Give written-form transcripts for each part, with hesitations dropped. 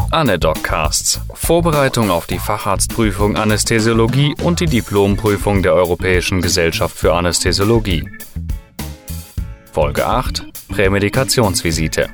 ANEDOC-Casts. Vorbereitung auf die Facharztprüfung Anästhesiologie und die Diplomprüfung der Europäischen Gesellschaft für Anästhesiologie. Folge 8: Prämedikationsvisite.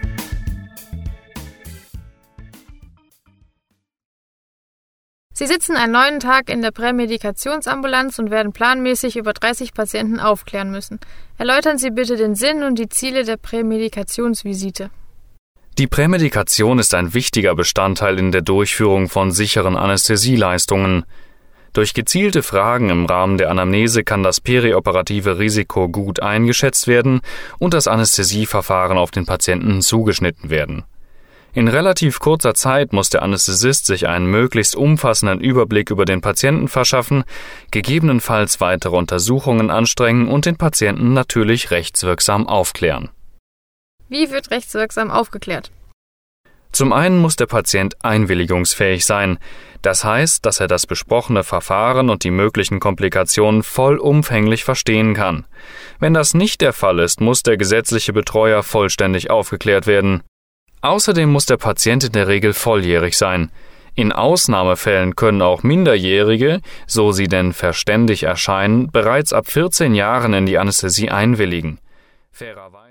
Sie sitzen einen neuen Tag in der Prämedikationsambulanz und werden planmäßig über 30 Patienten aufklären müssen. Erläutern Sie bitte den Sinn und die Ziele der Prämedikationsvisite. Die Prämedikation ist ein wichtiger Bestandteil in der Durchführung von sicheren Anästhesieleistungen. Durch gezielte Fragen im Rahmen der Anamnese kann das perioperative Risiko gut eingeschätzt werden und das Anästhesieverfahren auf den Patienten zugeschnitten werden. In relativ kurzer Zeit muss der Anästhesist sich einen möglichst umfassenden Überblick über den Patienten verschaffen, gegebenenfalls weitere Untersuchungen anstrengen und den Patienten natürlich rechtswirksam aufklären. Wie wird rechtswirksam aufgeklärt? Zum einen muss der Patient einwilligungsfähig sein. Das heißt, dass er das besprochene Verfahren und die möglichen Komplikationen vollumfänglich verstehen kann. Wenn das nicht der Fall ist, muss der gesetzliche Betreuer vollständig aufgeklärt werden. Außerdem muss der Patient in der Regel volljährig sein. In Ausnahmefällen können auch Minderjährige, so sie denn verständig erscheinen, bereits ab 14 Jahren in die Anästhesie einwilligen. Fairerweise